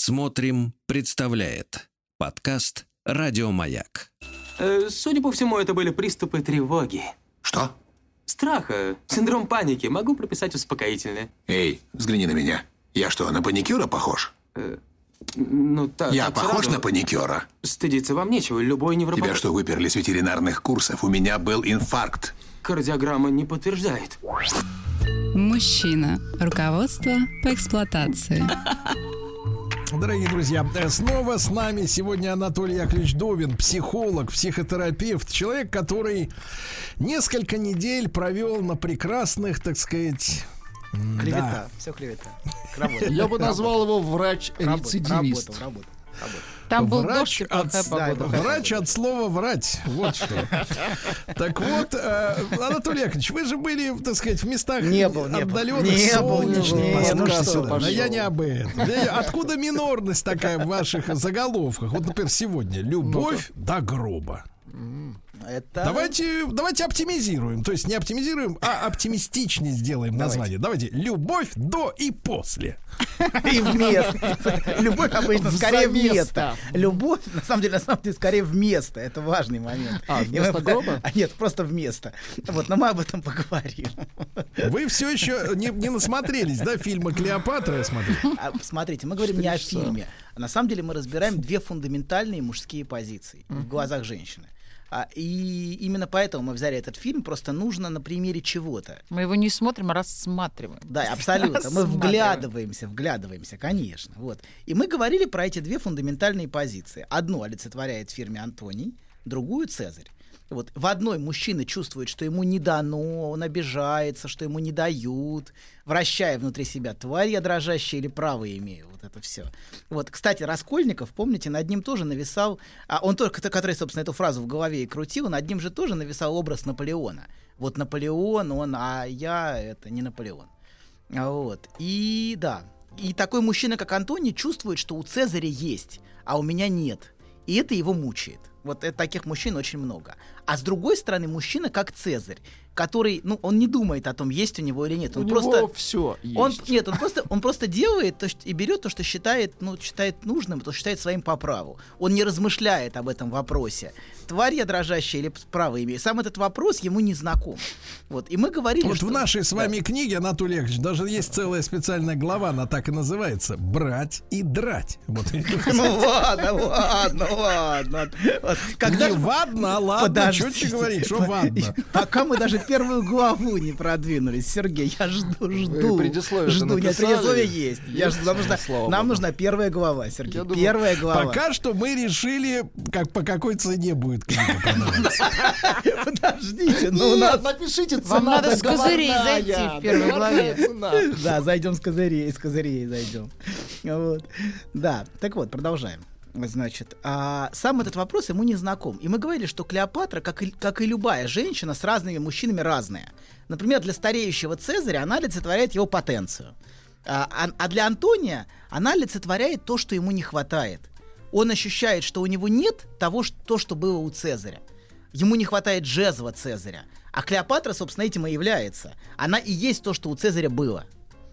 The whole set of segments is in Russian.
Смотрим, представляет подкаст «Радиомаяк». Судя по всему, это были приступы тревоги. Что? Страха, синдром паники. Могу прописать успокоительное. Эй, взгляни на меня. Я что, на паникюра похож? Я так похож сразу. на паникюра? Стыдиться вам нечего, любой невропатолог. Тебя что, выперли с ветеринарных курсов? У меня был инфаркт. Кардиограмма не подтверждает. Мужчина. Руководство по эксплуатации. Дорогие друзья, снова с нами сегодня Анатолий Яковлевич Довин, психолог, психотерапевт, человек, который несколько недель провел на прекрасных, так сказать... Клевета, все клевета. Я бы назвал его врач-рецидивист. Работал. Там был Врач дождь и плохая погода. Врач от слова «врать». Вот что. Так вот, Анатолий Яковлевич, вы же были, так сказать, в местах отдаленных, солнечных. Да я не об этом. Откуда минорность такая в ваших заголовках? Вот, например, сегодня «Любовь до гроба». Давайте оптимизируем. То есть не оптимизируем, а оптимистичнее сделаем название. Давайте «Любовь до и после». И вместо. Любовь обычно скорее вместо. Любовь, на самом деле, скорее вместо. Это важный момент. Вместо гроба? Нет, просто вместо. Вот, но мы об этом поговорим. Вы все еще не насмотрелись, да, фильма «Клеопатра», я смотрю? Смотрите, мы говорим не о фильме. На самом деле мы разбираем две фундаментальные мужские позиции в глазах женщины. И именно поэтому мы взяли этот фильм. Просто нужно на примере чего-то. Мы его не смотрим, а рассматриваем. Да, абсолютно. Мы вглядываемся, конечно. Вот. И мы говорили про эти две фундаментальные позиции. Одну олицетворяет в фильме Антоний, другую Цезарь. Вот. В одной мужчина чувствует, что ему не дано, он обижается, что ему не дают, вращая внутри себя: тварь я дрожащая или право имею. Вот это все. Вот. Кстати, Раскольников, помните, над ним тоже нависал, он только, который, собственно, эту фразу в голове и крутил, над ним же тоже нависал образ Наполеона. Вот Наполеон, он, а я это не Наполеон. Вот. И да. И такой мужчина, как Антоний, чувствует, что у Цезаря есть, а у меня нет. И это его мучает. Вот таких мужчин очень много. А с другой стороны, мужчина как Цезарь, который, он не думает о том, есть у него или нет. Он него все есть. Он просто делает и берет то, что считает нужным, то, что считает своим по праву. Он не размышляет об этом вопросе. Тварь я дрожащая или право имею. Сам этот вопрос ему не знаком. Вот. И мы говорили, вот что... в нашей с вами книге, Анатолий Яковлевич, даже есть целая специальная глава, она так и называется: «Брать и драть». Ну ладно. Не вадно, а ладно. Чётче говорить, что вадно. Пока мы даже первую главу не продвинулись, Сергей, я жду. Предисловие предисловие есть. Нам нужна первая глава, Сергей. Первая глава. Пока что мы решили, по какой цене будет книга продаваться. Подождите, напишите цена. Вам надо с козырей зайти в первой главе. Да, зайдем с козырей зайдем. Вот. Да, так вот, продолжаем. Значит, сам этот вопрос ему не знаком. И мы говорили, что Клеопатра, как и любая женщина, с разными мужчинами разная. Например, для стареющего Цезаря она олицетворяет его потенцию. А для Антония она олицетворяет то, что ему не хватает. Он ощущает, что у него нет того, что было у Цезаря. Ему не хватает жезла Цезаря. А Клеопатра, собственно, этим и является. Она и есть то, что у Цезаря было.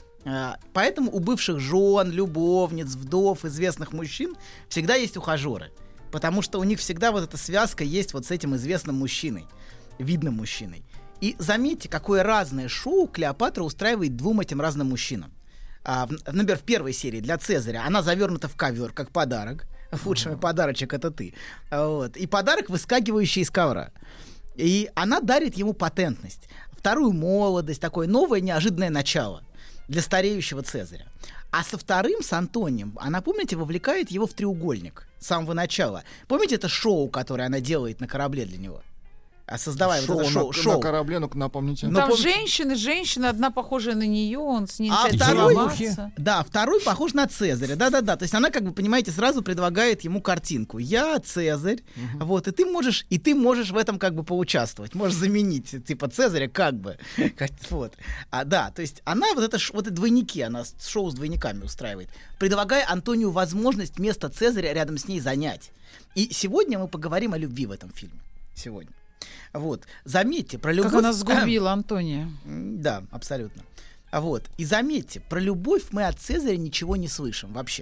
Поэтому у бывших жен, любовниц, вдов, известных мужчин всегда есть ухажеры. Потому что у них всегда вот эта связка есть вот с этим известным мужчиной, видным мужчиной. И заметьте, какое разное шоу Клеопатра устраивает двум этим разным мужчинам. Например, в первой серии для Цезаря она завернута в ковер, как подарок. Лучший подарочек — это ты. Вот. И подарок, выскакивающий из ковра. И она дарит ему потентность, вторую молодость, такое новое неожиданное начало для стареющего Цезаря. А со вторым, с Антонием, она, помните, вовлекает его в треугольник с самого начала. Помните это шоу, которое она делает на корабле для него? Создавая вот это шоу. На корабле, ну-ка напомните. Там женщина, одна похожая на нее, он с ней начинает второй, целоваться. Да, второй похож на Цезаря. Да. То есть она, как бы, понимаете, сразу предлагает ему картинку. Я Цезарь, вот, и ты можешь в этом как бы поучаствовать. Можешь заменить, типа, Цезаря как бы. Вот. Да, то есть она вот это двойники, она шоу с двойниками устраивает, предлагая Антонию возможность место Цезаря рядом с ней занять. И сегодня мы поговорим о любви в этом фильме. Сегодня. Вот. Заметьте, про любовь... Как она сгубила Антония. Да, абсолютно. Вот. И заметьте, про любовь мы от Цезаря ничего не слышим вообще.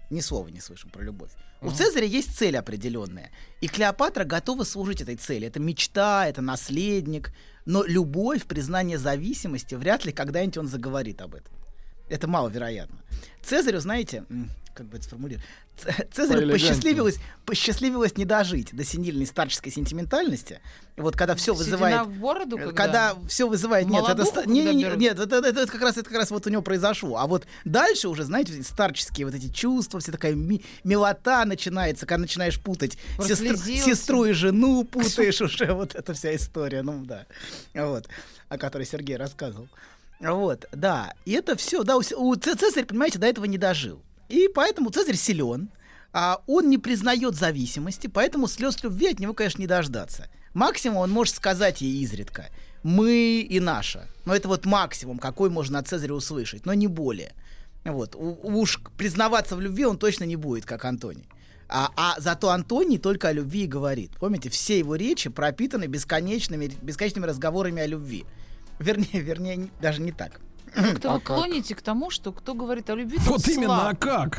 Ни слова не слышим про любовь. У Цезаря есть цель определенная. И Клеопатра готова служить этой цели. Это мечта, это наследник. Но любовь, признание зависимости, вряд ли когда-нибудь он заговорит об этом. Это маловероятно. Цезарю, знаете, как бы это сформулировать, Цезарю посчастливилось не дожить до сенильной старческой сентиментальности. Вот когда все вызывает... в бороду, когда все вызывает... Нет, это как раз вот у него произошло. А вот дальше уже, знаете, старческие вот эти чувства, вся такая милота начинается, когда начинаешь путать сестру и жену, путаешь уже, вот эта вся история, ну да, вот, о которой Сергей рассказывал. Вот, да, и это все, да, Цезарь, понимаете, до этого не дожил. И поэтому Цезарь силен, он не признает зависимости, поэтому слез любви от него, конечно, не дождаться. Максимум он может сказать ей изредка: «мы и наша». Но это вот максимум, какой можно от Цезаря услышать, но не более. Вот. Уж признаваться в любви он точно не будет, как Антоний. А зато Антоний только о любви и говорит. Помните, все его речи пропитаны бесконечными разговорами о любви. Вернее, даже не так. Как-то вы клоните к тому, что кто говорит о любви, тот вот слаб. Именно, а как?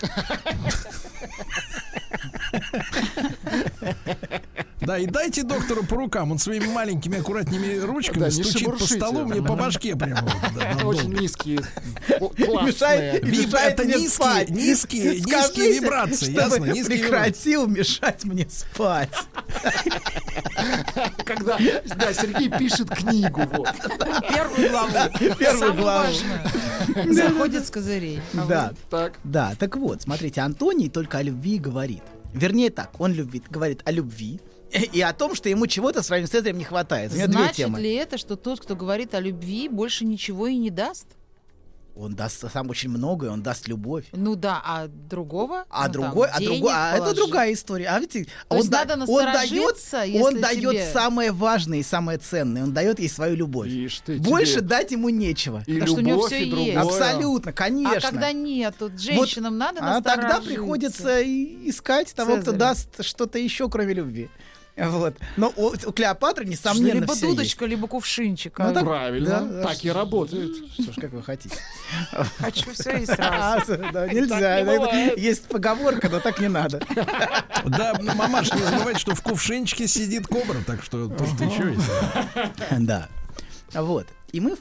Да, и дайте доктору по рукам. Он своими маленькими аккуратными ручками стучит по столу мне по башке прямо. Очень низкие, классные. Мешает мне спать. Низкие вибрации. Чтобы прекратил мешать мне спать. Когда Сергей пишет книгу. Первую главу. Заходит с козырей. Да, так вот, смотрите, Антоний только о любви говорит. Вернее так, он говорит о любви и о том, что ему чего-то с вами Цезарем не хватает. У меня две темы. Значит ли это, что тот, кто говорит о любви, больше ничего и не даст? Он даст сам очень многое, он даст любовь. Ну да, а другого? Это другая история. А видите, он дает самое важное и самое ценное. Он дает ей свою любовь. Больше дать ему нечего. И любовь, и другое. Абсолютно, конечно. А когда нет, тут женщинам надо настораживаться. А тогда приходится искать того, кто даст что-то еще, кроме любви. Вот. Но у Клеопатры, несомненно, либо все дудочка, есть. либо кувшинчик. Ну, правильно, так и работает. Что ж, как вы хотите. Хочу все и сразу. Нельзя. Есть поговорка, но так не надо. Да, мамаш, не забывайте, что в кувшинчике сидит кобра, так что тут еще есть. Да. Вот. И мы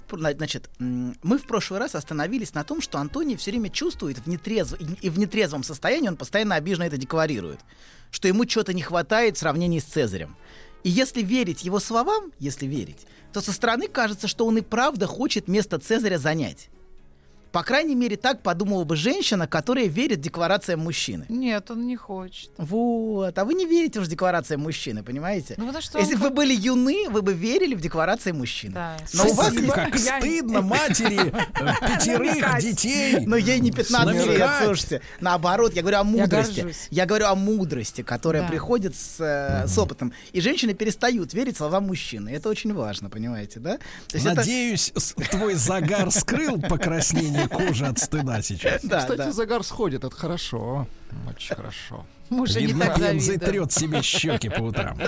в прошлый раз остановились на том, что Антоний все время чувствует в нетрезвом состоянии, он постоянно обиженно это декларирует, что ему чего-то не хватает в сравнении с Цезарем. И если верить его словам, то со стороны кажется, что он и правда хочет место Цезаря занять. По крайней мере, так подумала бы женщина, которая верит декларациям мужчины. Нет, он не хочет. Вот. А вы не верите уже декларациям мужчины, понимаете? Ну, потому что если бы вы были юны, вы бы верили в декларации мужчины. Да. Но у вас как стыдно матери 5 детей. Но ей не 15 лет, слушайте. Наоборот, я говорю о мудрости. Я говорю о мудрости, которая приходит с опытом. И женщины перестают верить словам мужчины. Это очень важно, понимаете, да? Надеюсь, твой загар скрыл покраснение кожи от стыда сейчас. Кстати, загар сходит, это хорошо. Очень хорошо. Видно, бензой трет себе щеки по утрам.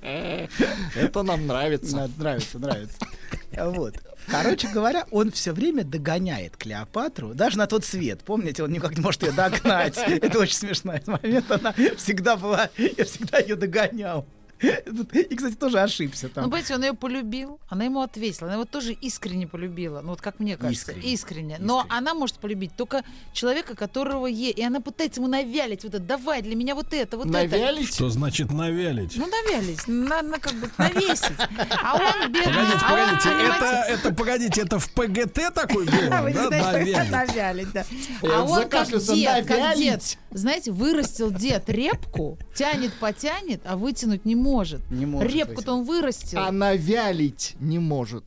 Это нам нравится. Нравится. Вот. Короче говоря, он все время догоняет Клеопатру, даже на тот свет. Помните, он никак не может ее догнать. Это очень смешной момент. Она всегда была, я всегда ее догонял. И, кстати, тоже ошибся там. Ну, понимаете, он ее полюбил, она ему ответила. Она его тоже искренне полюбила. Ну, вот как мне кажется, искренне. Но она может полюбить только человека, которого ей. И она пытается ему навялить вот это. Давай, для меня вот это, вот навялить? это. Что значит навялить? Ну, навялить. Надо как бы навесить. А он бедный. Погодите, это в ПГТ такой был, да? Навялить, да. А он как дед. Знаете, вырастил дед репку, потянет, а вытянуть не может. Репку-то он вырастил. А навялить не может.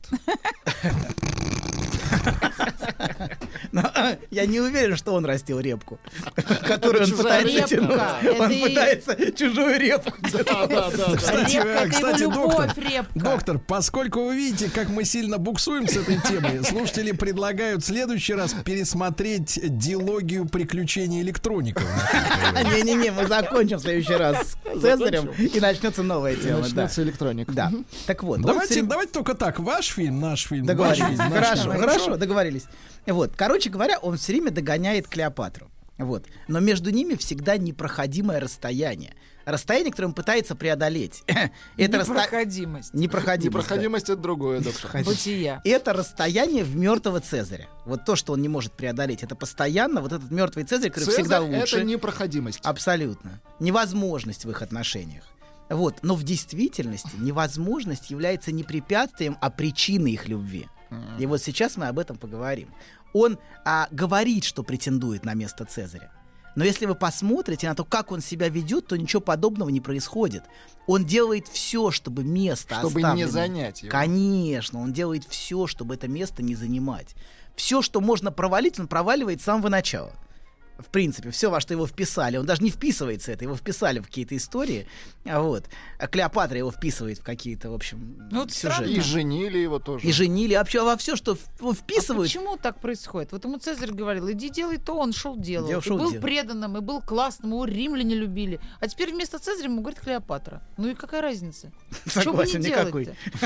Но я не уверен, что он растил репку, которую он пытается тянуть. Он пытается чужую репку. Кстати, доктор, поскольку вы видите, как мы сильно буксуем с этой темой, слушатели предлагают в следующий раз пересмотреть дилогию приключений электроников. Не-не-не, мы закончим в следующий раз с Цезарем, и начнется новая тема. Начнется электроника. Да. Так вот. Давайте только так. Ваш фильм, наш фильм. Хорошо, договорились. Вот, короче говоря, он все время догоняет Клеопатру. Вот. Но между ними всегда непроходимое расстояние. Расстояние, которое он пытается преодолеть. Непроходимость. Непроходимость — это другое. Бытия. Это расстояние в мертвого Цезаря. Вот то, что он не может преодолеть. Это постоянно вот этот мертвый Цезарь, который всегда лучше. Это непроходимость. Абсолютно. Невозможность в их отношениях. Вот. Но в действительности невозможность является не препятствием, а причиной их любви. И вот сейчас мы об этом поговорим. Он говорит, что претендует на место Цезаря. Но если вы посмотрите на то, как он себя ведет, то ничего подобного не происходит. Он делает все, чтобы место оставлено. Чтобы не занять его. Конечно, он делает все, чтобы это место не занимать. Все, что можно провалить, он проваливает с самого начала. В принципе, все, во что его вписали, он даже не вписывается его вписали в какие-то истории, вот. А Клеопатра его вписывает в какие-то, в общем, сюжеты. И женили его тоже. И женили, вообще во все, что вписывают. А почему так происходит? Вот ему Цезарь говорил, иди делай то, он шел делал. И был преданным, и был классным, его римляне любили. А теперь вместо Цезаря ему говорит Клеопатра. Ну и какая разница? Согласен, никакой.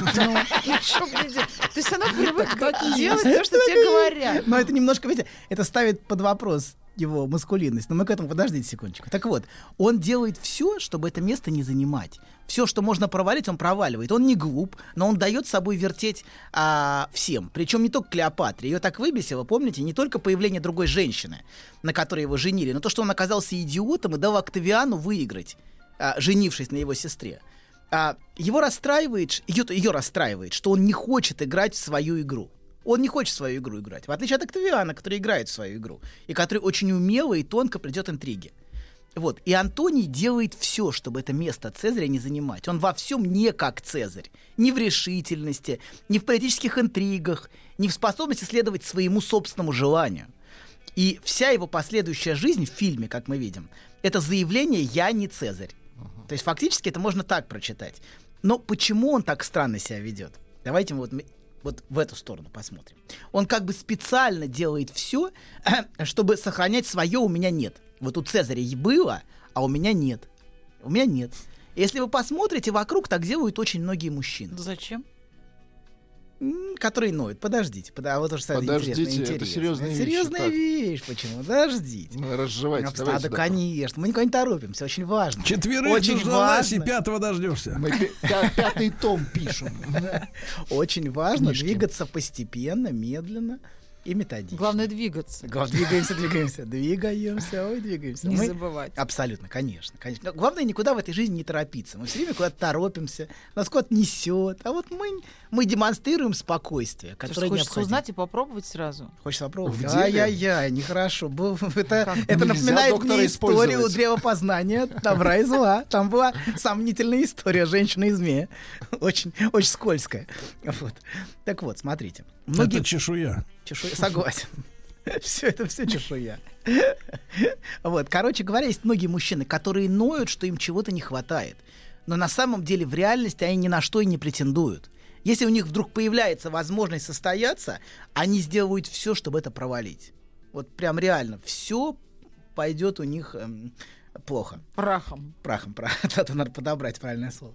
Ты все равно привык делать то, что тебе говорят. Но это немножко, видите, это ставит под вопрос его маскулинность. Но мы к этому подождите секундочку. Так вот, он делает все, чтобы это место не занимать. Все, что можно провалить, он проваливает. Он не глуп, но он дает собой вертеть всем. Причем не только Клеопатре. Ее так выбесило, помните, не только появление другой женщины, на которой его женили, но то, что он оказался идиотом и дал Октавиану выиграть, женившись на его сестре. Его расстраивает, ее расстраивает, что он не хочет играть в свою игру. Он не хочет в свою игру играть, в отличие от Октавиана, который играет в свою игру, и который очень умело и тонко плетет интриги. Вот. И Антоний делает все, чтобы это место Цезаря не занимать. Он во всем не как Цезарь. Ни в решительности, ни в политических интригах, ни в способности следовать своему собственному желанию. И вся его последующая жизнь в фильме, как мы видим, это заявление «я не Цезарь». То есть фактически это можно так прочитать. Но почему он так странно себя ведет? Давайте мы вот в эту сторону посмотрим. Он как бы специально делает все, чтобы сохранять свое «у меня нет». Вот у Цезаря и было, а у меня нет. У меня нет. Если вы посмотрите вокруг, так делают очень многие мужчины. Зачем? Которые ноют. Подождите. Вот уже подождите, это серьезная вещь. Серьезная вещь. Почему? Подождите. Ну, разжевайте. Да, конечно. Мы никуда не торопимся. Очень важно. 4 очень дождалась, и 5-го дождешься. Мы 5-й том пишем. Очень важно двигаться постепенно, медленно и методично. Главное двигаться. Двигаемся. Не забывать. Абсолютно, конечно. Но главное никуда в этой жизни не торопиться. Мы все время куда-то торопимся, нас куда-то несет. А вот мы демонстрируем спокойствие, которое необходимо. Хочется узнать и попробовать сразу. Хочется попробовать? Ай-яй-яй, нехорошо. Это напоминает мне историю древопознания добра и зла. Там была сомнительная история женщины и змея. Очень, очень скользкая. Вот. Так вот, смотрите. Это чешуя. Согласен. Все чешуя. Вот, короче говоря, есть многие мужчины, которые ноют, что им чего-то не хватает. Но на самом деле в реальности они ни на что и не претендуют. Если у них вдруг появляется возможность состояться, они сделают все, чтобы это провалить. Вот прям реально. Все пойдет у них плохо. Прахом. Это надо подобрать правильное слово.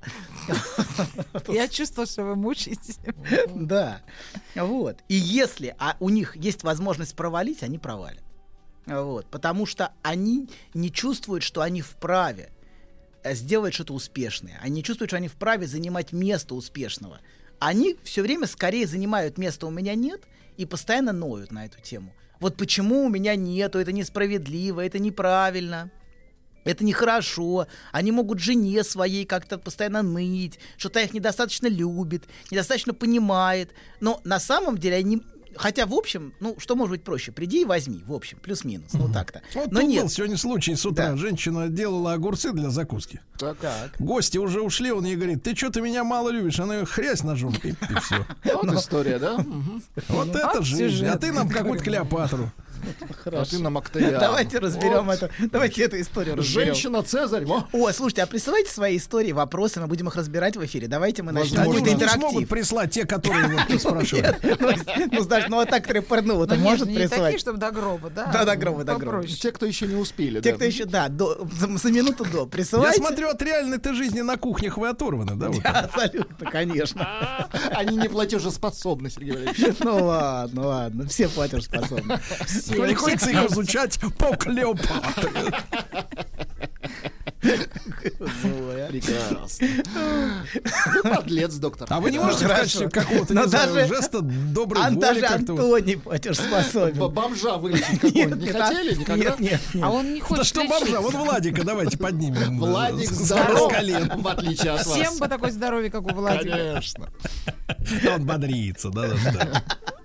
Я чувствовала, что вы мучаетесь. Да. Вот. И если у них есть возможность провалить, они провалят. Вот. Потому что они не чувствуют, что они вправе сделать что-то успешное. Они чувствуют, что они вправе занимать место успешного. Они все время скорее занимают место «у меня нет» и постоянно ноют на эту тему. Вот почему у меня нету, это несправедливо, это неправильно. Это нехорошо. Они могут жене своей как-то постоянно ныть, что та их недостаточно любит, недостаточно понимает. Но на самом деле они... Хотя, в общем, что может быть проще? Приди и возьми, в общем, плюс-минус, так-то. Вот но нет. Был сегодня случай с утра. Да. Женщина делала огурцы для закуски. Так. Гости уже ушли, он ей говорит, ты что-то меня мало любишь? Она ее хрясь ножом, и все. Вот история, да? Вот это жизнь. А ты нам какую-то Клеопатру. Хорошо. А ты нам Октавиан. Давайте разберем это. Давайте эту историю разберем. Женщина Цезарь. О, слушайте, а присылайте свои истории, вопросы, мы будем их разбирать в эфире. Давайте мы начнем. Они не смогут прислать те, которые вот спрашивают. Ну, а так, которые порнул, это может прислать. Не такие, чтобы до гроба, да? Да, до гроба. Те, кто еще не успели. Те, кто еще, да, за минуту до. Присылайте. Я смотрю, от реальной-то жизни на кухнях вы оторваны, да? Абсолютно, конечно. Они не платежеспособны, Сергей Валерьевич. Ну ладно, все платежеспособны. Приходится их изучать по Клеопатре. Прекрасно. Подлец, доктор. А вы не можете в качестве какого-то, не знаю, жеста доброй воли даже как-то... Антоний Патер способен. Бомжа вылечить какого-нибудь не хотели никогда? Нет. А он не хочет Да что бомжа? Вон Владика давайте поднимем. Владик С здоров, колен. в отличие от вас. Всем бы такое здоровье, как у Владика. Конечно. Он бодрится, да.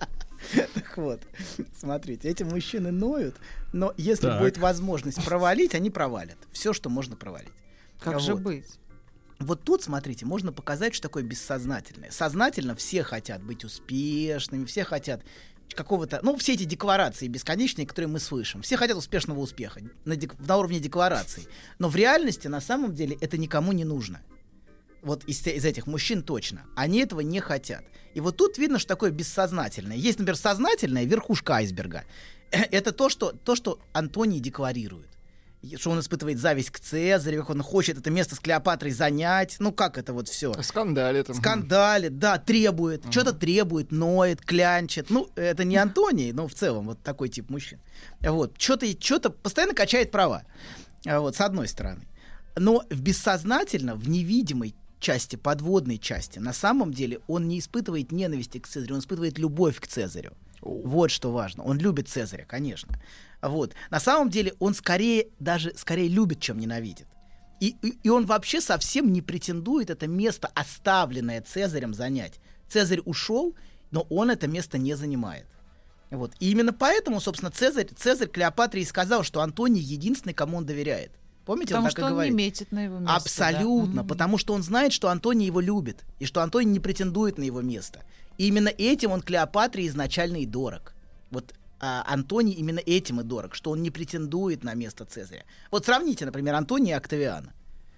Так вот, смотрите, эти мужчины ноют, но если Так. будет возможность провалить, они провалят. Все, что можно провалить. Как же быть? Вот тут, смотрите, можно показать, что такое бессознательное. Сознательно все хотят быть успешными, все хотят какого-то... Ну, все эти декларации бесконечные, которые мы слышим. Все хотят успешного успеха на уровне деклараций. Но в реальности, на самом деле, это никому не нужно. Вот из этих мужчин точно. Они этого не хотят. И вот тут видно, что такое бессознательное. Есть, например, сознательное, верхушка айсберга. Это то, что Антоний декларирует. Что он испытывает зависть к Цезарю, как он хочет это место с Клеопатрой занять. Ну, как это вот все? Скандалит. Скандалит, да, требует. Что-то требует, ноет, клянчит. Ну, это не Антоний, но в целом вот такой тип мужчин. Вот. Что-то постоянно качает права. Вот, с одной стороны. Но в бессознательно, в невидимой части, подводной части, на самом деле он не испытывает ненависти к Цезарю, он испытывает любовь к Цезарю. Вот что важно. Он любит Цезаря, конечно. Вот. На самом деле он скорее любит, чем ненавидит. И он вообще совсем не претендует это место, оставленное Цезарем, занять. Цезарь ушел, но он это место не занимает. Вот. И именно поэтому, собственно, Цезарь Клеопатре и сказал, что Антоний единственный, кому он доверяет. Помните, потому он так и говорит. Потому что он не метит на его место. Абсолютно, да? Потому что он знает, что Антоний его любит, и что Антоний не претендует на его место. И именно этим он Клеопатре изначально и дорог. Вот Антоний именно этим и дорог, что он не претендует на место Цезаря. Вот сравните, например, Антония и Октавиана.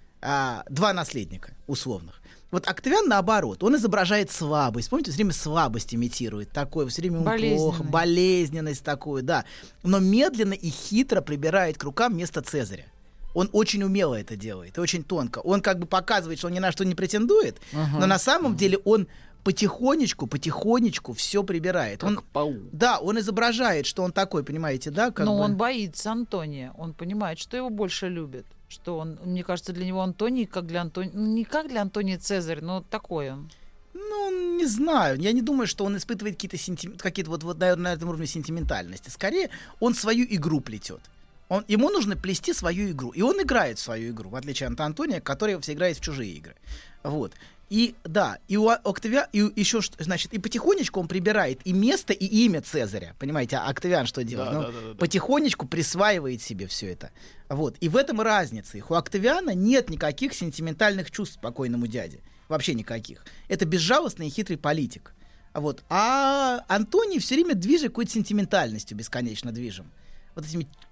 Два наследника условных. Вот Октавиан, наоборот, он изображает слабость. Помните, все время слабость имитирует. Такое, все время ему плохо, болезненность такую, да. Но медленно и хитро прибирает к рукам место Цезаря. Он очень умело это делает, и очень тонко. Он как бы показывает, что он ни на что не претендует, но на самом деле он потихонечку все прибирает. Как паук. Да, он изображает, что он такой, понимаете, да? Но он боится Антония. Он понимает, что его больше любят. Что он, мне кажется, для него Антоний, как для Антония, не как для Антония Цезарь, но такой он. Ну, не знаю. Я не думаю, что он испытывает какие-то вот на этом уровне сентиментальности. Скорее, он свою игру плетет. Ему нужно плести свою игру. И он играет в свою игру, в отличие от Антония, который все играет в чужие игры. Вот. И да, и у Октавиана, и еще, значит, и потихонечку он прибирает и место, и имя Цезаря. Понимаете, а Октавиан что делает? Да. Потихонечку присваивает себе все это. Вот. И в этом разница. У Октавиана нет никаких сентиментальных чувств к покойному дяде. Вообще никаких. Это безжалостный и хитрый политик. Вот. А Антоний все время движет какой-то сентиментальностью, бесконечно движим. Вот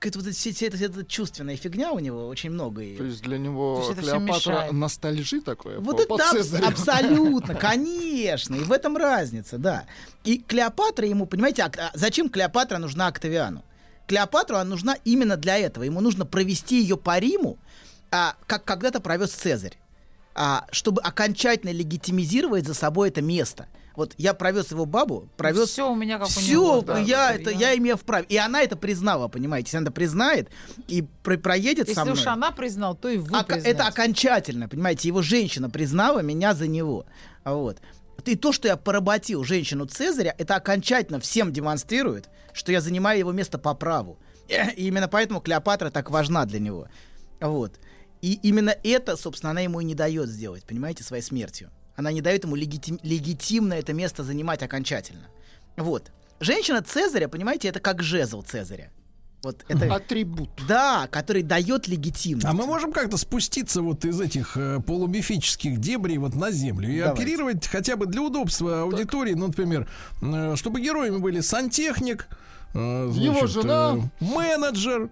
эта чувственная фигня у него очень много. То есть для него Клеопатра ностальжи такое? Вот это абсолютно, конечно. И в этом разница, да. И Клеопатра ему, понимаете, зачем Клеопатра нужна Октавиану? Клеопатру она нужна именно для этого. Ему нужно провести ее по Риму, как когда-то провез Цезарь, чтобы окончательно легитимизировать за собой это место. Вот я провез его бабу, все у меня как у него. Да, я имею вправе. И она это признала, понимаете. Она это признает и проедет со мной. Если уж она признала, то и вы признаете. Это окончательно, понимаете. Его женщина признала меня за него. Вот. И то, что я поработил женщину Цезаря, это окончательно всем демонстрирует, что я занимаю его место по праву. И именно поэтому Клеопатра так важна для него. Вот. И именно это, собственно, она ему и не дает сделать, понимаете, своей смертью. Она не дает ему легитимно это место занимать окончательно. Вот. Женщина Цезаря, понимаете, это как жезл Цезаря. Вот это атрибут. Да, который дает легитимность. А мы можем как-то спуститься вот из этих полумифических дебрей вот на землю и оперировать хотя бы для удобства аудитории, ну, например, чтобы героями были сантехник, его жена, менеджер.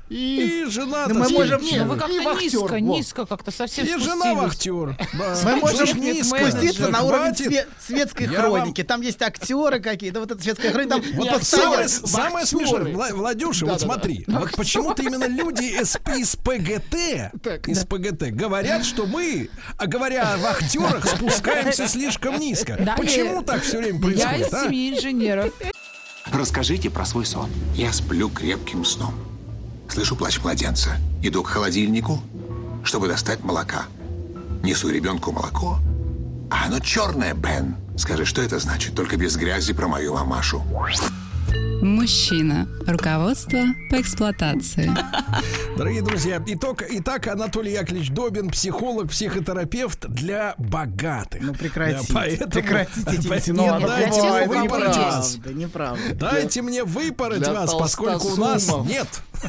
И жена. Мы можем вы как-то низко как-то совсем спустились. И жена вахтер. Мы можем спуститься на уровень светской хроники. Там есть актеры какие-то. Вот эта светская хроника. Самое смешное, Владюша, вот смотри. Вот почему-то именно люди из ПГТ говорят, что мы, говоря о вахтерах, спускаемся слишком низко. Почему так все время происходит? Я из семьи инженеров. Расскажите про свой сон. Я сплю крепким сном. Слышу плач младенца. Иду к холодильнику, чтобы достать молока. Несу ребенку молоко, а оно черное, Бен. Скажи, что это значит? Только без грязи про мою мамашу. Мужчина. Руководство по эксплуатации. Дорогие друзья, итак, Анатолий Яковлевич Добин, психолог, психотерапевт для богатых. Ну прекратите. Прекратите. Неправда. Дайте мне выпороть вас, поскольку у нас нет.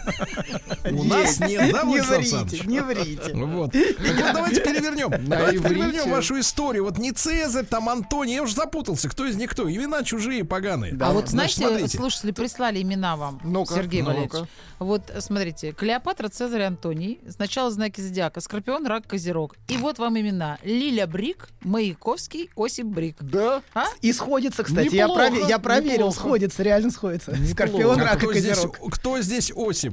У нас нет, да, Владислав Александрович? Не врите. Вот. Так вот, давайте перевернем. Давайте перевернем вашу историю. Вот не Цезарь, там Антоний, я уже запутался, кто из них кто. Имена чужие, поганые. А вот знаете, слушатели прислали имена вам, Сергей Валерьевич. Вот, смотрите, Клеопатра, Цезарь, Антоний. Сначала знаки зодиака. Скорпион, Рак, Козерог. И вот вам имена. Лиля Брик, Маяковский, Осип Брик. Да. И сходится, кстати. Я проверил, сходится, реально сходится. Скорпион, Рак и Козерог. Кто здесь Осип?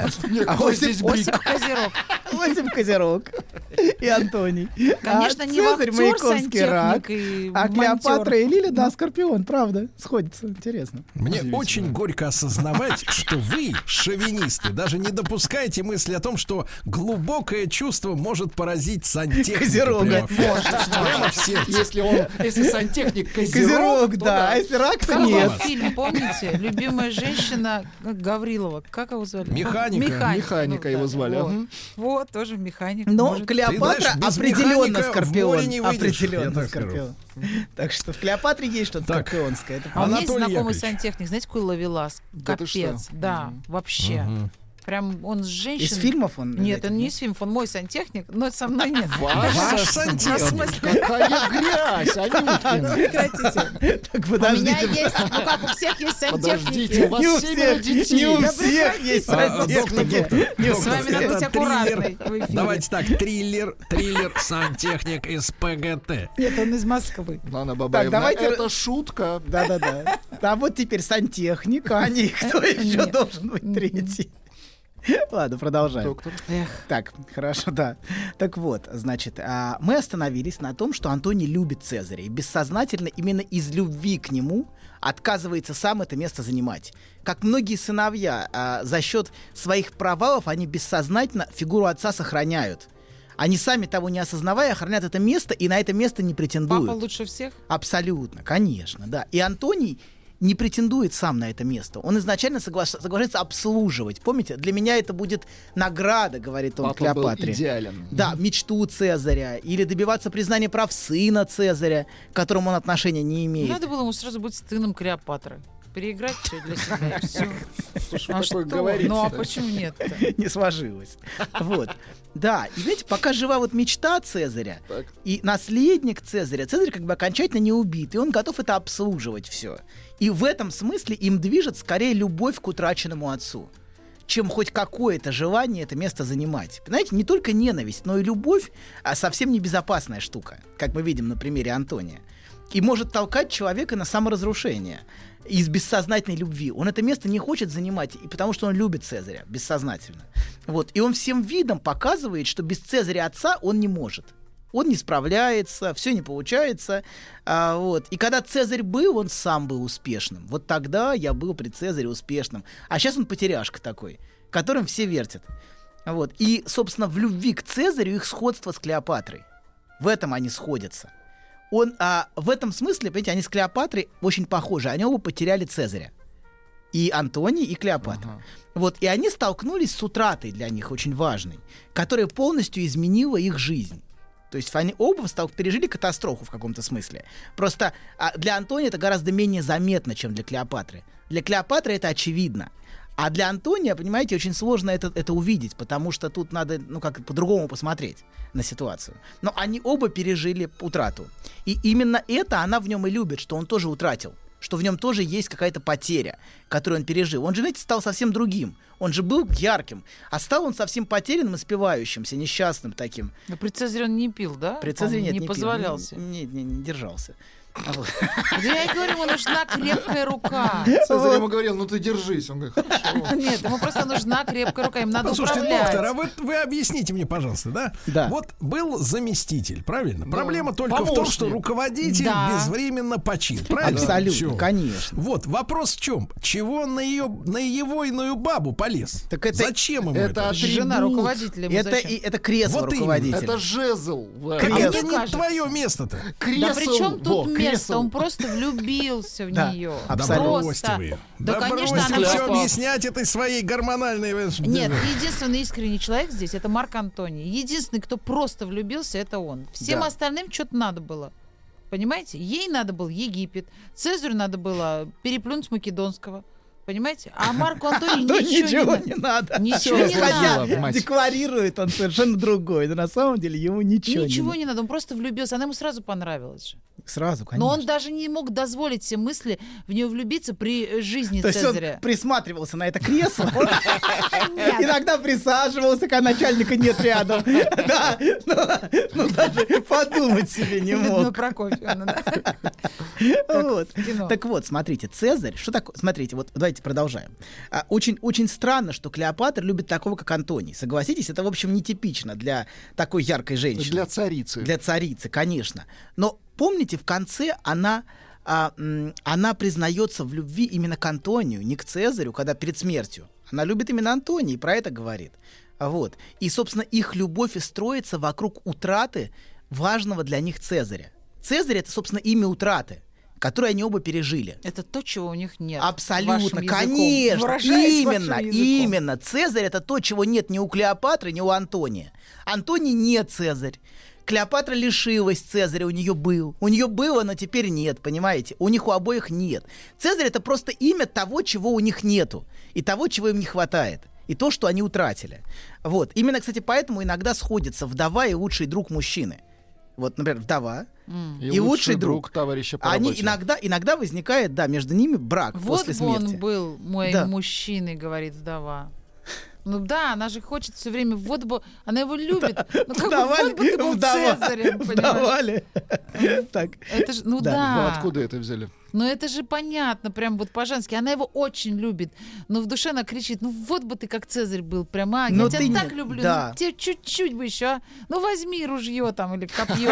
Осип Козерог. Осип Козерог. И Антоний. Конечно, не Цезарь, Маяковский, Рак. А Клеопатра и Лиля, да, Скорпион. Правда. Сходится. Интересно. Мне очень горько осознавать, что вы, шовинисты, даже не допускаете мысли о том, что глубокое чувство может поразить сантехника. Козерога. Прямо в сердце. Если сантехник Козерог, да. А если Рак, то нет. Фильм, помните? Любимая женщина Гаврилова. Как его звали? Механика его звали. Вот, тоже механик. Но Клеопатра определенно Скорпион. Так что в Клеопатре есть что-то скорпионское. А у меня есть знакомый сантехник. Знаете, какой ловелас? Капец. Да, вообще. Прям он с женщиной. Из фильмов он? Нет, он не из фильмов, он мой сантехник, но со мной нет. Ваш сантехник? Какая грязь, Анюткина. Прекратите. Так подождите. У меня есть, ну как у всех есть сантехники. Подождите, у вас 7 детей. Не у всех есть сантехники. С вами надо быть аккуратной. Давайте так, триллер сантехник из ПГТ. Нет, он из Москвы. Ладно, Бабаевна, это шутка. Да. А вот теперь сантехник, а не кто еще должен быть третий? Ладно, продолжаем. Доктор. Так, хорошо, да. Так вот, значит, мы остановились на том, что Антоний любит Цезаря. И бессознательно именно из любви к нему отказывается сам это место занимать. Как многие сыновья, за счет своих провалов они бессознательно фигуру отца сохраняют. Они сами того не осознавая охраняют это место и на это место не претендуют. Папа лучше всех? Абсолютно, конечно, да. И Антоний не претендует сам на это место. Он изначально соглашается обслуживать. Помните, для меня это будет награда, говорит он Клеопатре. Был идеален. Да, мечту Цезаря. Или добиваться признания прав сына Цезаря, к которому он отношения не имеет. Надо было ему сразу быть сыном Клеопатры. Переиграть все для себя, и все. Слушай, а что говорите? Ну а почему нет-то? Не сложилось. Вот. Да, и знаете, пока жива вот мечта Цезаря, и наследник Цезаря, Цезарь как бы окончательно не убит, и он готов это обслуживать все. И в этом смысле им движет скорее любовь к утраченному отцу, чем хоть какое-то желание это место занимать. Понимаете, не только ненависть, но и любовь совсем небезопасная штука, как мы видим на примере Антония. И может толкать человека на саморазрушение из бессознательной любви. Он это место не хочет занимать, и потому что он любит Цезаря бессознательно. Вот. И он всем видом показывает, что без Цезаря отца он не может. Он не справляется, все не получается. Вот. И когда Цезарь был, он сам был успешным. Вот тогда я был при Цезаре успешным. А сейчас он потеряшка такой, которым все вертят. Вот. И, собственно, в любви к Цезарю их сходство с Клеопатрой. В этом они сходятся. В этом смысле, понимаете, они с Клеопатрой очень похожи. Они оба потеряли Цезаря. И Антоний, и Клеопатра. Вот. И они столкнулись с утратой для них очень важной, которая полностью изменила их жизнь. То есть они оба пережили катастрофу в каком-то смысле. Просто для Антония это гораздо менее заметно, чем для Клеопатры. Для Клеопатры это очевидно. А для Антония, понимаете, очень сложно это увидеть, потому что тут надо, как по-другому посмотреть на ситуацию. Но они оба пережили утрату. И именно это она в нем и любит, что он тоже утратил. Что в нем тоже есть какая-то потеря, которую он пережил. Он же, знаете, стал совсем другим. Он же был ярким. А стал он совсем потерянным и спивающимся, несчастным таким. Но при Цезаре он не пил, да? При Цезаре он нет, не пил. позволялся. Не держался. Я и говорю, ему нужна крепкая рука. Цезарь ему говорил, ну ты держись. Он говорит, хорошо. Нет, ему просто нужна крепкая рука, им надо Слушайте, управлять. доктор, а вы объясните мне, пожалуйста, да? Да. Вот был заместитель, правильно? Да. Проблема только в том, что руководитель безвременно почил, правильно? Абсолютно, Всё. конечно. Вот, вопрос в чем? Чего на его иную бабу полез? Так это- Зачем ему это это? Жена руководителя ему зачем? Это кресло Вот руководителя. Это жезл. А Кресло. это не Кажется. твое место-то. Да при чем тут место? кресло. Он просто влюбился в Да, нее. абсолютно. Бросьте вы её. Да, конечно, бросьте она все просто... объяснять этой своей гормональной... Нет, единственный искренний человек здесь — это Марк Антоний. Единственный, кто просто влюбился, это он. Всем Да. остальным что-то надо было. Понимаете? Ей надо был Египет. Цезарю надо было переплюнуть Македонского. Понимаете? А Марку Антонию То ничего не надо. Ничего не Хотя надо. мать. декларирует он совершенно другой, но на самом деле ему ничего не надо. Он просто влюбился. Она ему сразу понравилась же. Сразу, конечно. Но он даже не мог дозволить себе мысли в нее влюбиться при жизни То есть он Цезаря. присматривался на это кресло, иногда присаживался, когда начальника нет рядом. Да, ну даже подумать себе не Ну, мог. Прокофьевна, да. Вот. в кино. Так вот, смотрите, Цезарь, что такое? Смотрите, вот давайте продолжаем. Очень странно, что Клеопатра любит такого, как Антоний. Согласитесь, это, в общем, нетипично для такой яркой женщины. Для царицы. Для царицы, конечно. Но помните, в конце она признается в любви именно к Антонию, не к Цезарю, когда перед смертью. Она любит именно Антония и про это говорит. Вот. И, собственно, их любовь и строится вокруг утраты важного для них Цезаря. Цезарь — это, собственно, имя утраты, которое они оба пережили. Это то, чего у них нет. Абсолютно, вашим языком. конечно, Выражаясь вашим языком. именно. Цезарь — это то, чего нет ни у Клеопатры, ни у Антония. Антоний не Цезарь. Клеопатра лишилась Цезаря, у нее был. У нее было, но теперь нет, понимаете? У них у обоих нет. Цезарь — это просто имя того, чего у них нету, и того, чего им не хватает, и то, что они утратили. Вот. Именно, кстати, поэтому иногда сходятся вдова и лучший друг мужчины. Вот, например, вдова и лучший друг товарища по они работе. иногда возникает, да, между ними брак Вот после бы смерти. он был моим Да. мужчиной, говорит вдова. Ну да, она же хочет все время, вот бы, она его любит. Ну как бы, вот бы ты был Цезарем, понимаешь? Вдовали. Так. Это же, ну Да. да. Ну, откуда это взяли? Ну это же понятно, прям вот по-женски. Она его очень любит, но в душе она кричит, ну вот бы ты как Цезарь был, прям, я Но тебя ты так не- люблю, да. ну тебе чуть-чуть бы еще, а? Ну возьми ружье там или копье.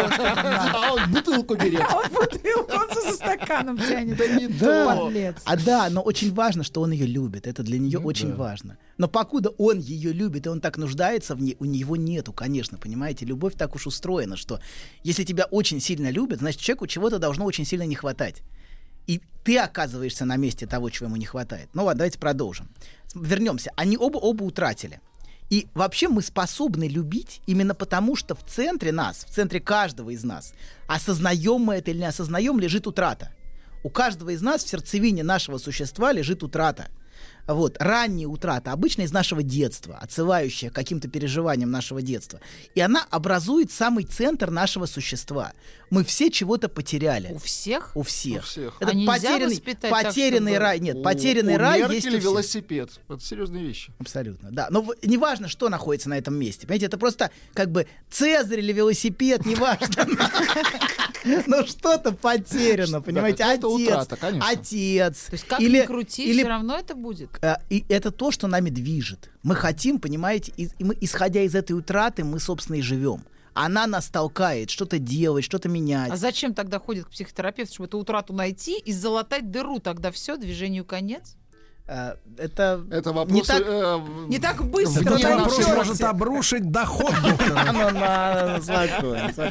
А он бутылку берет. А он бутылку, он за стаканом тянет. Да не Да. то. Подлец. Но очень важно, что он ее любит. Это для нее очень важно. Но покуда он ее любит, и он так нуждается в ней, у него нету, конечно, понимаете? Любовь так уж устроена, что если тебя очень сильно любят, значит, человеку чего-то должно очень сильно не хватать. И ты оказываешься на месте того, чего ему не хватает. Ну ладно, давайте продолжим. Вернемся. Они оба утратили. И вообще мы способны любить именно потому, что в центре нас, в центре каждого из нас, осознаем мы это или не осознаем, лежит утрата. У каждого из нас в сердцевине нашего существа лежит утрата. Вот, ранняя утрата, обычно из нашего детства, отсылающая к каким-то переживаниям нашего детства. И она образует самый центр нашего существа. Мы все чего-то потеряли. У всех? У всех. У всех. Это А нельзя потерянный, воспитать так, потерянный чтобы- рай. Нет, потерянный рай есть у Меркель всех. велосипед. Это серьезные вещи. Абсолютно, да. Но неважно, что находится на этом месте. Понимаете, это просто как бы Цезарь или велосипед, неважно. Но что-то потеряно, понимаете? Да, это утрата, Отец. конечно. Отец. То есть как ни крути, все равно это будет. И это то, что нами движет. Мы хотим, понимаете, и мы, исходя из этой утраты, мы, собственно, и живем. Она нас толкает что-то делать, что-то менять. А зачем тогда ходит к психотерапевту, чтобы эту утрату найти и залатать дыру? Тогда все, движению конец? Это вопрос... Не так быстро. Этот найдёте. вопрос может обрушить доход доктора. спокойно.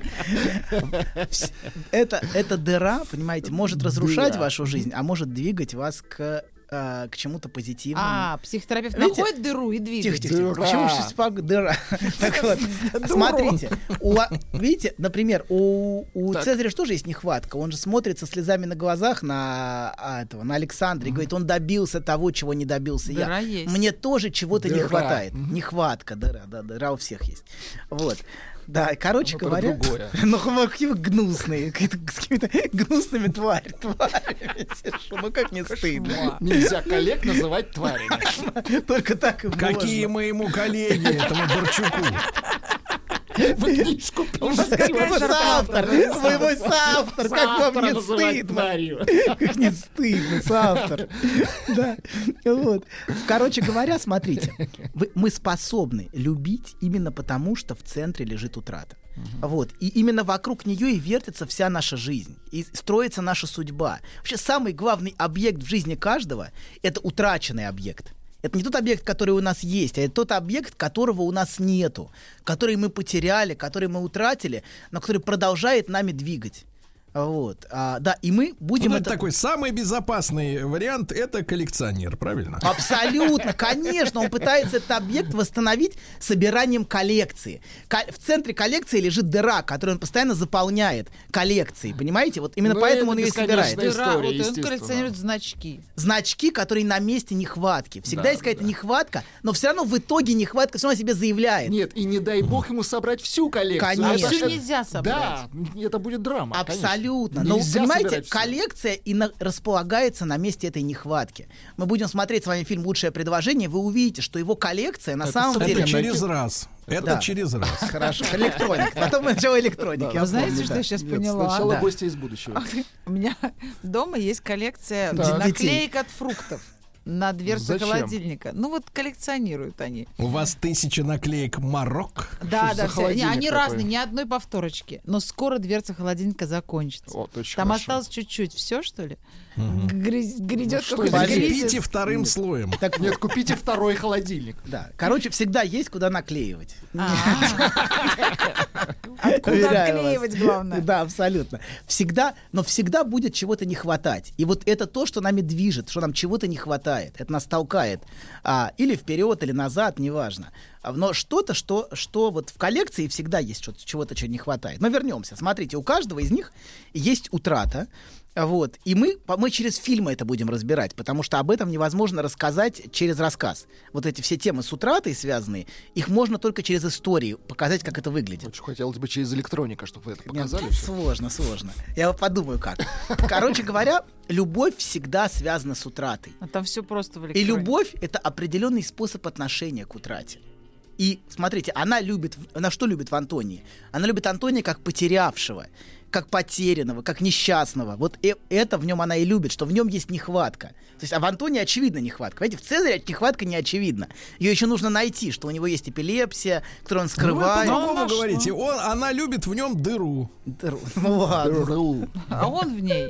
Эта дыра, понимаете, может разрушать вашу жизнь, а может двигать вас к чему-то позитивному. А, психотерапевт Видите? находит дыру и двигает. Тихо. Почему же дыра? Так вот, смотрите. Видите, например, у Цезаря же тоже есть нехватка. Он же смотрит со слезами на глазах на Александра и говорит, он добился того, чего не добился я. Дыра есть. Мне тоже чего-то не Дыра. хватает. Нехватка, дыра у всех есть. Вот. Да, короче Ну, говоря, это другое. ну какие вы гнусные, с какими-то гнусными тварями. Ну как не стыдно. Нельзя коллег называть тварями. Только так и можно. Какие мы ему коллеги, этому Борчуку. Вы книжку пишете. Вы мой соавтор. Как вам не стыдно? Как не стыдно, соавтор. Да. Вот. Короче говоря, смотрите. Мы способны любить именно потому, что в центре лежит утрата. Вот. И именно вокруг нее и вертится вся наша жизнь. И строится наша судьба. Вообще самый главный объект в жизни каждого — это утраченный объект. Это не тот объект, который у нас есть, а это тот объект, которого у нас нету, который мы потеряли, который мы утратили, но который продолжает нами двигать. Вот. Да, и мы будем... это такой самый безопасный вариант — это коллекционер, правильно? Абсолютно, конечно. Он пытается этот объект восстановить собиранием коллекции. В центре коллекции лежит дыра, которую он постоянно заполняет коллекцией, понимаете? Вот именно поэтому он ее собирает. Дыра, вот он коллекционирует значки. Значки, которые на месте нехватки. Всегда есть какая-то нехватка, но все равно в итоге нехватка все равно о себе заявляет. Нет, и не дай бог ему собрать всю коллекцию. Конечно. Всю нельзя собрать. Да, это будет драма. Абсолютно. Но, понимаете, коллекция располагается на месте этой нехватки. Мы будем смотреть с вами фильм «Лучшее предложение», вы увидите, что его коллекция на самом деле... Это через раз. Это через раз. Хорошо. Электроника. Потом начало электроники. Вы знаете, что я сейчас поняла? Сначала гости из будущего. У меня дома есть коллекция наклеек от фруктов на дверце холодильника. Ну вот коллекционируют они. У вас 1000 наклеек Марокко? Да, они разные, ни одной повторочки. Но скоро дверца холодильника закончится. Там осталось чуть-чуть. Все, что ли? Грядет какой-то кризис. Купите вторым слоем. Нет, купите второй холодильник. Да. Короче, всегда есть куда наклеивать. Откуда отклеивать, главное. Да, абсолютно. Но всегда будет чего-то не хватать. И вот это то, что нами движет, что нам чего-то не хватает. Это нас толкает. Или вперед, или назад, неважно. Но что-то, что вот в коллекции всегда есть чего-то, чего не хватает. Но вернемся. Смотрите, у каждого из них есть утрата. Вот. И мы через фильмы это будем разбирать, потому что об этом невозможно рассказать через рассказ. Вот эти все темы с утратой связанные, их можно только через истории показать, как это выглядит. Очень хотелось бы через электроника, чтобы вы это показали. Нет, сложно. Я подумаю, как. Короче говоря, любовь всегда связана с утратой. А там все просто в электронике. И любовь — это определенный способ отношения к утрате. И смотрите, она что любит в Антонии? Она любит Антония как потерявшего, как потерянного, как несчастного. Вот это в нем она и любит, что в нем есть нехватка. То есть, в Антонии очевидна нехватка. Понимаете, в Цезаре нехватка не очевидна. Ее еще нужно найти, что у него есть эпилепсия, которую он скрывает. Вы по-другому говорите. Она любит в нем дыру. Ну ладно. А он в ней.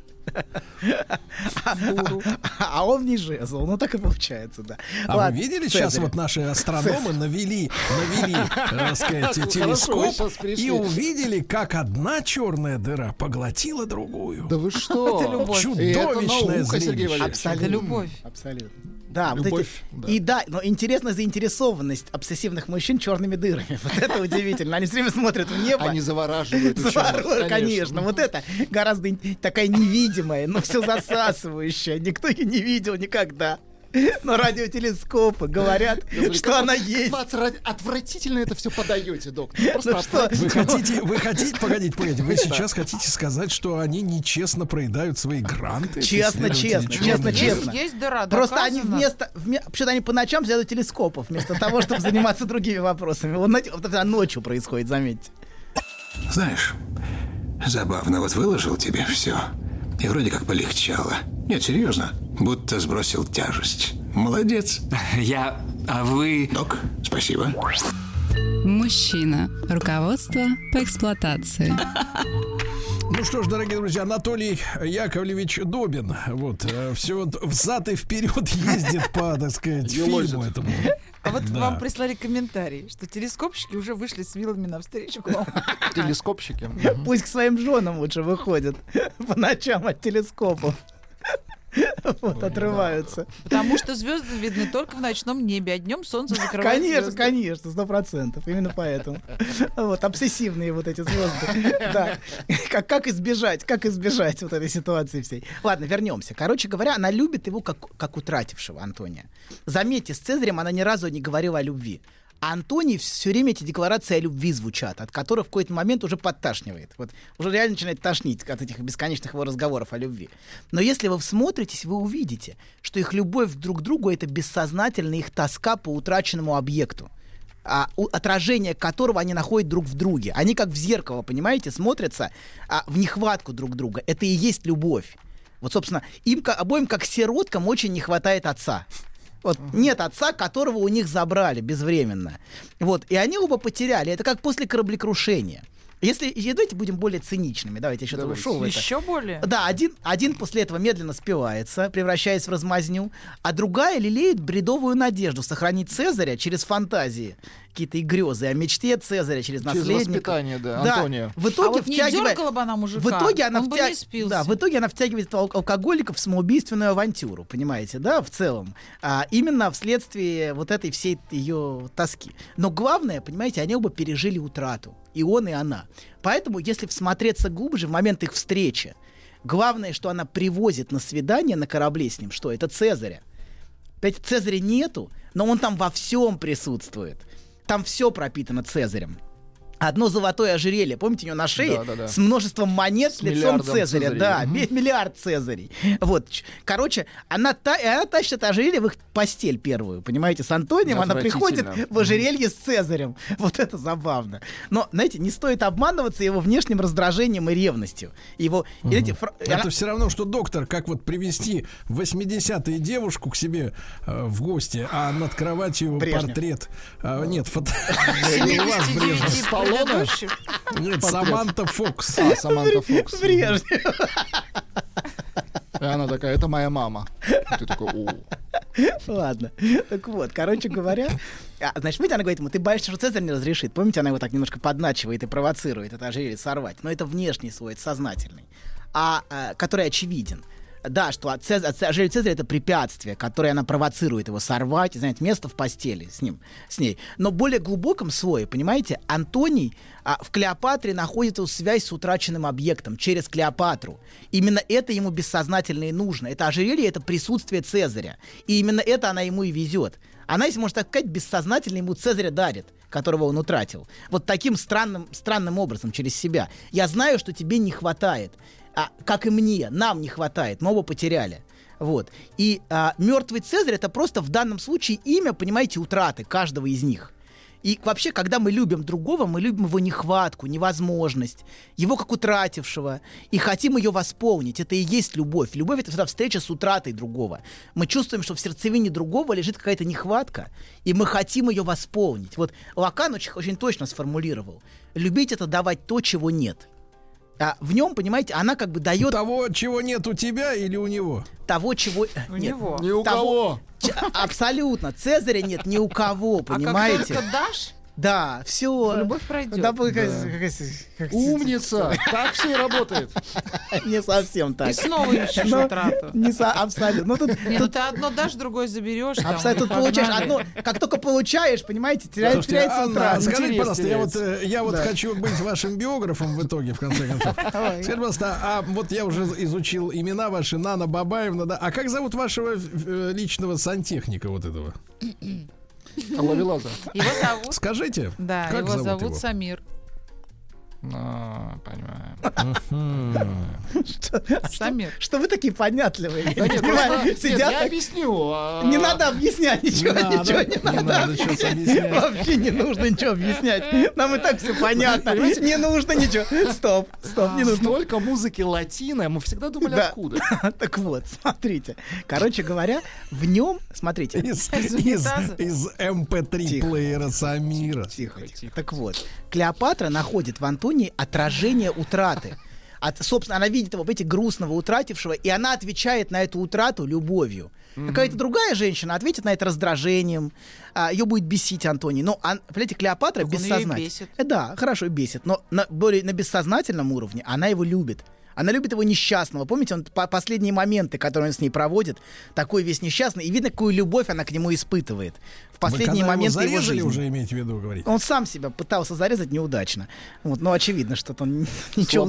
А он не жезл. Ну так и получается, да. Вы видели, сейчас вот наши астрономы навели, так сказать, телескоп и увидели, как одна черная дыра поглотила другую. Да вы что? Чудовищное зрелище. Абсолютно любовь. Абсолютно. Да, любовь, вот эти, да. Но интересная заинтересованность обсессивных мужчин черными дырами. Вот это удивительно. Они все время смотрят в небо. Они завораживают. Конечно. Вот это гораздо такая невидимая, но все засасывающая. Никто ее не видел никогда. Но радиотелескопы говорят, что она есть. Отвратительно это все подаете, доктор. Вы хотите, погодите, вы сейчас хотите сказать, что они нечестно проедают свои гранты? Честно. Есть дыра, просто они вообще-то они по ночам сидят у телескопов, вместо того, чтобы заниматься другими вопросами. Вот ночью происходит, заметьте. Знаешь, забавно, вот выложил тебе все. И вроде как полегчало. Нет, серьезно. Будто сбросил тяжесть. Молодец. А вы... Док, спасибо. Мужчина. Руководство по эксплуатации. Ну что ж, дорогие друзья, Анатолий Яковлевич Добин вот все взад и вперед ездит по, так сказать, фильму этому. А вот вам прислали комментарий, что телескопщики уже вышли с вилами навстречу к вам. Телескопщики? Пусть к своим женам лучше выходят по ночам от телескопов. Вот, отрываются. Потому что звезды видны только в ночном небе, а днем солнце закрывает звезды. Конечно, 100%. Именно поэтому. Вот, обсессивные вот эти звезды. Да. Как избежать вот этой ситуации всей. Ладно, вернемся. Короче говоря, она любит его как утратившего Антония. Заметьте, с Цезарем она ни разу не говорила о любви. А Антоний все время эти декларации о любви звучат, от которых в какой-то момент уже подташнивает. Вот уже реально начинает тошнить от этих бесконечных его разговоров о любви. Но если вы всмотритесь, вы увидите, что их любовь друг к другу — это бессознательная их тоска по утраченному объекту. отражение которого они находят друг в друге. Они как в зеркало, понимаете, смотрятся в нехватку друг друга. Это и есть любовь. Вот, собственно, им обоим, как сироткам, очень не хватает отца. Вот нет отца, которого у них забрали безвременно. Вот, и они оба потеряли. Это как после кораблекрушения. Давайте будем более циничными. Давайте еще ушел в это. Еще более? Да, один после этого медленно спивается, превращаясь в размазню, а другая лелеет бредовую надежду сохранить Цезаря через фантазии, какие-то и грезы о мечте Цезаря через наследника. Через воспитание, Антония. В итоге не дергала бы она мужика, в итоге она он бы не спился. Да, в итоге она втягивает алкоголиков в самоубийственную авантюру, понимаете, да, в целом. Именно вследствие вот этой всей ее тоски. Но главное, понимаете, они оба пережили утрату. И он, и она. Поэтому, если всмотреться глубже в момент их встречи, главное, что она привозит на свидание на корабле с ним, что? Это Цезаря. Опять Цезаря нету, но он там во всем присутствует. Там все пропитано Цезарем. Одно золотое ожерелье, помните, у него на шее с множеством монет с лицом Цезаря. Да, миллиард Цезарей. Вот. Короче, она тащит это ожерелье в их постель первую, понимаете, с Антонием. Она приходит в ожерелье с Цезарем. Вот это забавно. Но, знаете, не стоит обманываться его внешним раздражением и ревностью. Это все равно, что доктор, как вот привести в 80-е девушку к себе в гости, а над кроватью портрет. Нет, Нет, Саманта Фокс. Саманта Фокс. Брежнев. И она такая, это моя мама. И ты такой, Ладно. Так вот, короче говоря, значит, видите, она говорит ему, ты боишься, что Цезарь не разрешит. Помните, она его так немножко подначивает и провоцирует это ожерелье сорвать. Но это внешний слой, это сознательный, который очевиден. Да, что ожерелье Цезаря — это препятствие, которое она провоцирует его сорвать и занять место в постели с ней. Но в более глубоком слое, понимаете, Антоний в Клеопатре находит эту связь с утраченным объектом через Клеопатру. Именно это ему бессознательно и нужно. Это ожерелье — это присутствие Цезаря. И именно это она ему и везет. Она, если можно так сказать, бессознательно ему Цезаря дарит, которого он утратил. Вот таким странным образом, через себя. Я знаю, что тебе не хватает. Как и мне, нам не хватает, мы оба потеряли. Вот. И мертвый Цезарь — это просто в данном случае имя, понимаете, утраты каждого из них. И вообще, когда мы любим другого, мы любим его нехватку, невозможность, его как утратившего, и хотим ее восполнить. Это и есть любовь. Любовь — это всегда встреча с утратой другого. Мы чувствуем, что в сердцевине другого лежит какая-то нехватка, и мы хотим ее восполнить. Вот Лакан очень точно сформулировал. Любить — это давать то, чего нет. В нем, понимаете, она как бы дает... Того, чего нет у тебя или у него? Того, чего... У него. Ни у кого. Абсолютно. Цезаря нет ни у кого, понимаете? А как только дашь, да, все. Любовь пройдет. Да, умница. Так все и работает. Не совсем так. И снова ищешь утрату. Абсолютно. Нет, ты одно дашь, другое заберешь. Абсолютно. Тут получаешь одно. Как только получаешь, понимаете, теряется утрата. Скажите, пожалуйста, я вот хочу быть вашим биографом в итоге, в конце концов. Скажите, пожалуйста, вот я уже изучил имена ваши, Нана Бабаевна, да. А как зовут вашего личного сантехника вот этого? Ловелаза. Его зовут... Скажите. Да, как его зовут Самир. Понимаю. Самир. Что вы такие понятливые? Да нет, просто, я объясню. Не надо объяснять ничего не надо. Вообще не нужно ничего объяснять. Нам и так все понятно. Не нужно ничего. Стоп, не нужно. Столько музыки латино, мы всегда думали, откуда. Так вот, смотрите. Короче говоря, в нем, смотрите. Из MP3 плеера Самира. Тихо. Так вот, Клеопатра находит в Антонии отражение утраты. Собственно, она видит его, видите, грустного, утратившего, и она отвечает на эту утрату любовью. Какая-то другая женщина ответит на это раздражением, ее будет бесить Антоний. Но, понимаете, Клеопатра бессознательно. Да, хорошо, бесит, но на бессознательном уровне она его любит. Она любит его несчастного. Помните, он последние моменты, которые он с ней проводит, такой весь несчастный, и видно, какую любовь она к нему испытывает. В последние моменты его жизни. Уже имеете в виду говорить? Он сам себя пытался зарезать неудачно. Вот, но очевидно, что он ничего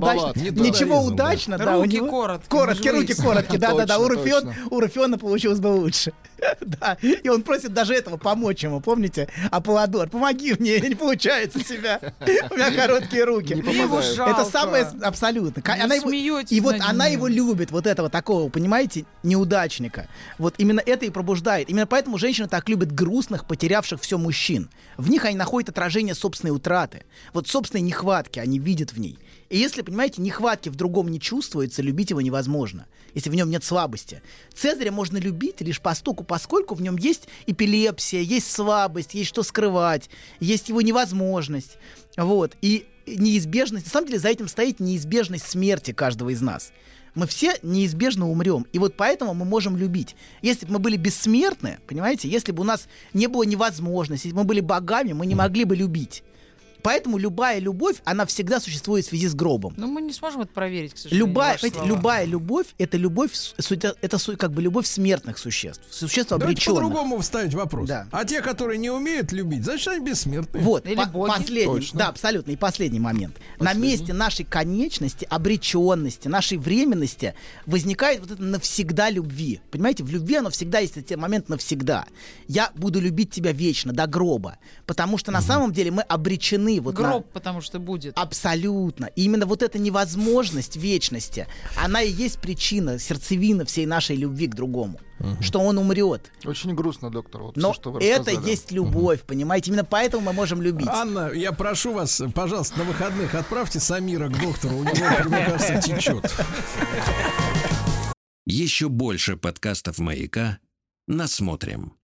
удачно. Да, руки короткие. Руки короткие. Да. У Руфиона получилось бы лучше. Да, и он просит даже этого помочь ему, помните? Аполлодор, помоги мне, не получается себя. У меня короткие руки. Это самое абсолютно. И вот она его любит, вот этого такого, понимаете, неудачника. Вот именно это и пробуждает. Именно поэтому женщины так любят грустных, потерявших все мужчин. В них они находят отражение собственной утраты. Вот собственной нехватки они видят в ней. И если, понимаете, нехватки в другом не чувствуется, любить его невозможно, если в нем нет слабости. Цезаря можно любить лишь поскольку в нем есть эпилепсия, есть слабость, есть что скрывать, есть его невозможность. Вот. И неизбежность, на самом деле за этим стоит неизбежность смерти каждого из нас. Мы все неизбежно умрем. И вот поэтому мы можем любить. Если бы мы были бессмертны, понимаете, если бы у нас не было невозможности, если бы мы были богами, мы не могли бы любить. Поэтому любая любовь, она всегда существует в связи с гробом. Но мы не сможем это проверить, к сожалению. Любая любовь, это любовь, как бы любовь смертных существ. Существ обреченных. Давайте по-другому вставить вопрос. Да. А те, которые не умеют любить, значит, они бессмертные. Вот, да, абсолютно. И последний момент. На месте нашей конечности, обреченности, нашей временности возникает вот это навсегда любви. Понимаете, в любви оно всегда есть этот момент навсегда. Я буду любить тебя вечно, до гроба. Потому что на самом деле мы обречены. Вот гроб, потому что будет. Абсолютно. И именно вот эта невозможность вечности, она и есть причина, сердцевина всей нашей любви к другому. Что он умрет. Очень грустно, доктор. Вот но все, что вы это есть любовь, понимаете? Именно поэтому мы можем любить. Анна, я прошу вас, пожалуйста, на выходных отправьте Самира к доктору. У него, мне кажется, течет. Еще больше подкастов «Маяка» насмотрим.